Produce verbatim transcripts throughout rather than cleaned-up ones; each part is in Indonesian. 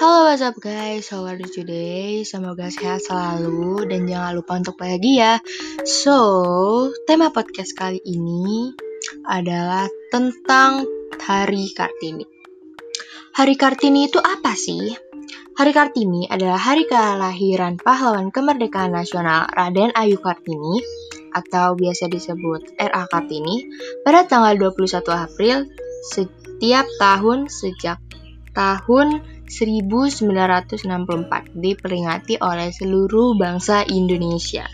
Halo, what's up guys? How are you today? Semoga sehat selalu dan jangan lupa untuk bahagia. So, tema podcast kali ini adalah tentang Hari Kartini. Hari Kartini itu apa sih? Hari Kartini adalah hari kelahiran pahlawan kemerdekaan nasional Raden Ayu Kartini atau biasa disebut R A Kartini pada tanggal dua puluh satu April setiap tahun sejak tahun seribu sembilan ratus enam puluh empat diperingati oleh seluruh bangsa Indonesia.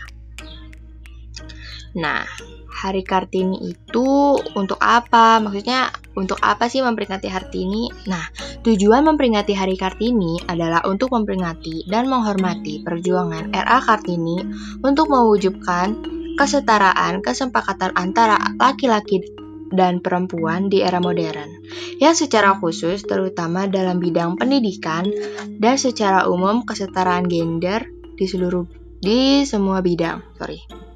Nah, Hari Kartini itu untuk apa? Maksudnya untuk apa sih memperingati Kartini? Nah, tujuan memperingati Hari Kartini adalah untuk memperingati dan menghormati perjuangan R A Kartini untuk mewujudkan kesetaraan, kesepakatan antara laki-laki dan perempuan di era modern, yang secara khusus terutama dalam bidang pendidikan dan secara umum kesetaraan gender di seluruh di semua bidang. Sorry.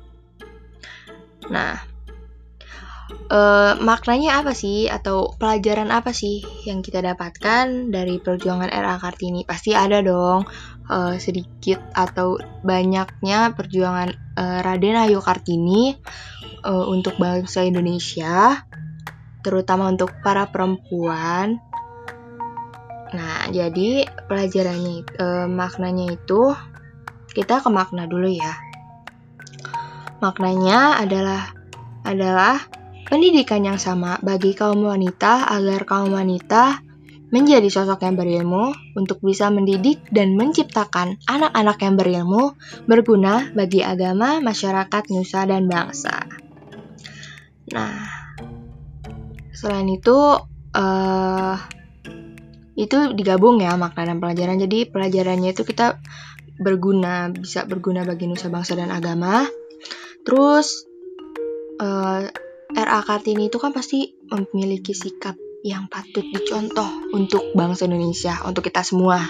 Nah, e, maknanya apa sih atau pelajaran apa sih yang kita dapatkan dari perjuangan R A Kartini? Pasti ada dong e, sedikit atau banyaknya perjuangan e, Raden Ayu Kartini Uh, untuk bangsa Indonesia, terutama untuk para perempuan. Nah, jadi pelajarannya, uh, maknanya itu kita ke makna dulu ya. Maknanya adalah adalah pendidikan yang sama bagi kaum wanita agar kaum wanita menjadi sosok yang berilmu untuk bisa mendidik dan menciptakan anak-anak yang berilmu berguna bagi agama, masyarakat, nusa, dan bangsa. Nah, selain itu, uh, itu digabung ya makna dan pelajaran. Jadi pelajarannya itu kita berguna, bisa berguna bagi nusa bangsa dan agama. Terus uh, R A Kartini itu kan pasti memiliki sikap yang patut dicontoh untuk bangsa Indonesia, untuk kita semua.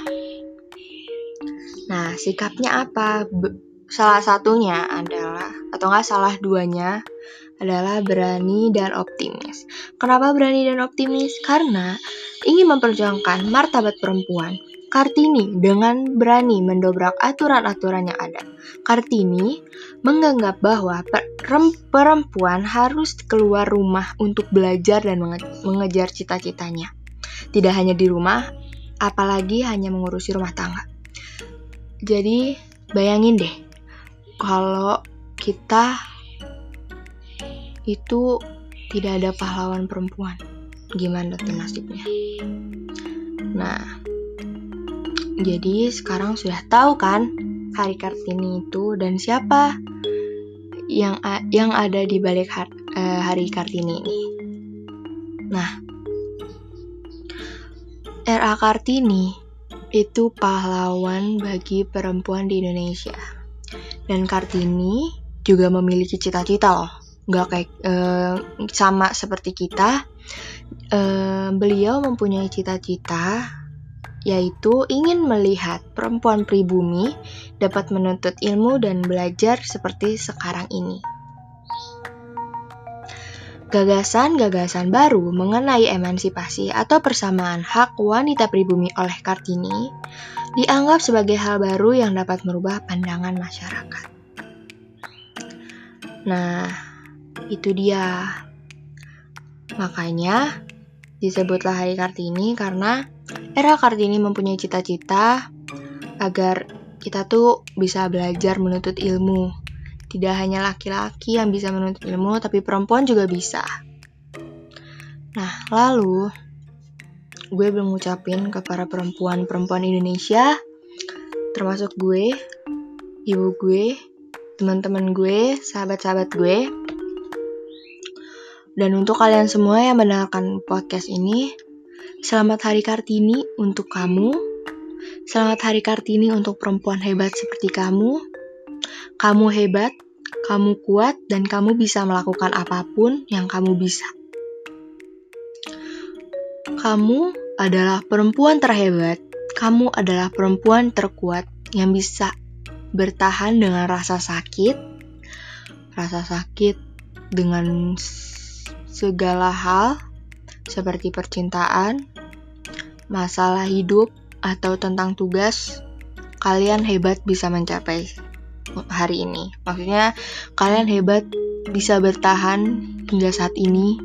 Nah, sikapnya apa? Be- salah satunya adalah, atau enggak salah duanya, adalah berani dan optimis. Kenapa berani dan optimis? Karena ingin memperjuangkan martabat perempuan. Kartini dengan berani mendobrak aturan-aturan yang ada. Kartini menganggap bahwa perempuan harus keluar rumah untuk belajar dan menge- mengejar cita-citanya. Tidak hanya di rumah, apalagi hanya mengurusi rumah tangga. Jadi, bayangin deh, kalau kita itu tidak ada pahlawan perempuan, gimana tuh nasibnya? Nah, jadi sekarang sudah tahu kan Hari Kartini itu dan siapa yang yang ada di balik Hari Kartini ini. Nah, R A Kartini itu pahlawan bagi perempuan di Indonesia. Dan Kartini juga memiliki cita-cita loh. Gak kayak uh, sama seperti kita, uh, beliau mempunyai cita-cita yaitu ingin melihat perempuan pribumi dapat menuntut ilmu dan belajar seperti sekarang ini. Gagasan-gagasan baru mengenai emansipasi atau persamaan hak wanita pribumi oleh Kartini dianggap sebagai hal baru yang dapat merubah pandangan masyarakat. Nah, itu dia. Makanya disebutlah Hari Kartini karena R A Kartini mempunyai cita-cita agar kita tuh bisa belajar menuntut ilmu. Tidak hanya laki-laki yang bisa menuntut ilmu, tapi perempuan juga bisa. Nah, lalu gue belum ngucapin ke para perempuan-perempuan Indonesia, termasuk gue, ibu gue, teman-teman gue, sahabat-sahabat gue. Dan untuk kalian semua yang mendengarkan podcast ini, selamat Hari Kartini untuk kamu. Selamat Hari Kartini untuk perempuan hebat seperti kamu. Kamu hebat, kamu kuat, dan kamu bisa melakukan apapun yang kamu bisa. Kamu adalah perempuan terhebat. Kamu adalah perempuan terkuat yang bisa bertahan dengan rasa sakit. Rasa sakit dengan segala hal seperti percintaan, masalah hidup, atau tentang tugas, kalian hebat bisa mencapai hari ini. Maksudnya kalian hebat bisa bertahan hingga saat ini.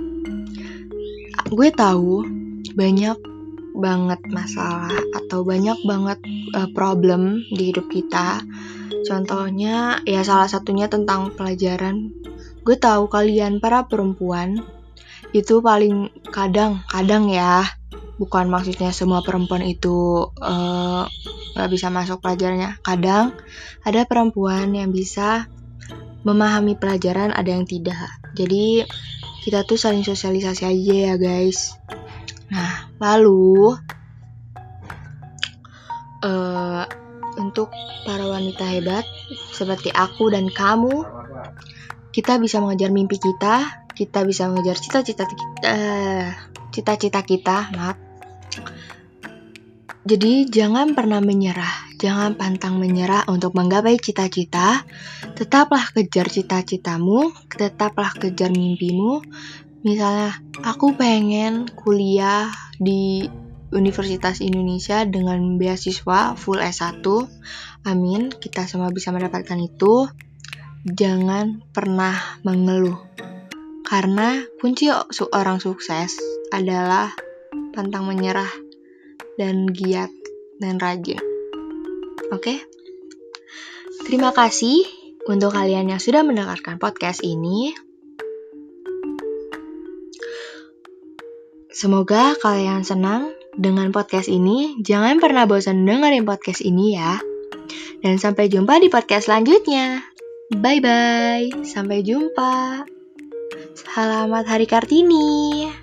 Gue tahu banyak banget masalah atau banyak banget uh, problem di hidup kita. Contohnya ya salah satunya tentang pelajaran. Gue tahu kalian para perempuan itu paling kadang-kadang ya, bukan maksudnya semua perempuan itu uh, gak bisa masuk pelajarannya. Kadang ada perempuan yang bisa memahami pelajaran, ada yang tidak. Jadi kita tuh saling sosialisasi aja ya guys. Nah, lalu uh, untuk para wanita hebat seperti aku dan kamu, kita bisa mengejar mimpi kita, kita bisa mengejar cita-cita kita, cita-cita kita, maaf. Jadi jangan pernah menyerah, jangan pantang menyerah untuk menggapai cita-cita. Tetaplah kejar cita-citamu, tetaplah kejar mimpimu. Misalnya, aku pengen kuliah di Universitas Indonesia dengan beasiswa full S satu. Amin, kita semua bisa mendapatkan itu. Jangan pernah mengeluh. Karena kunci seorang sukses adalah pantang menyerah dan giat dan rajin. Oke? Terima kasih untuk kalian yang sudah mendengarkan podcast ini. Semoga kalian senang dengan podcast ini. Jangan pernah bosan dengerin podcast ini ya. Dan sampai jumpa di podcast selanjutnya. Bye-bye. Sampai jumpa. Selamat Hari Kartini.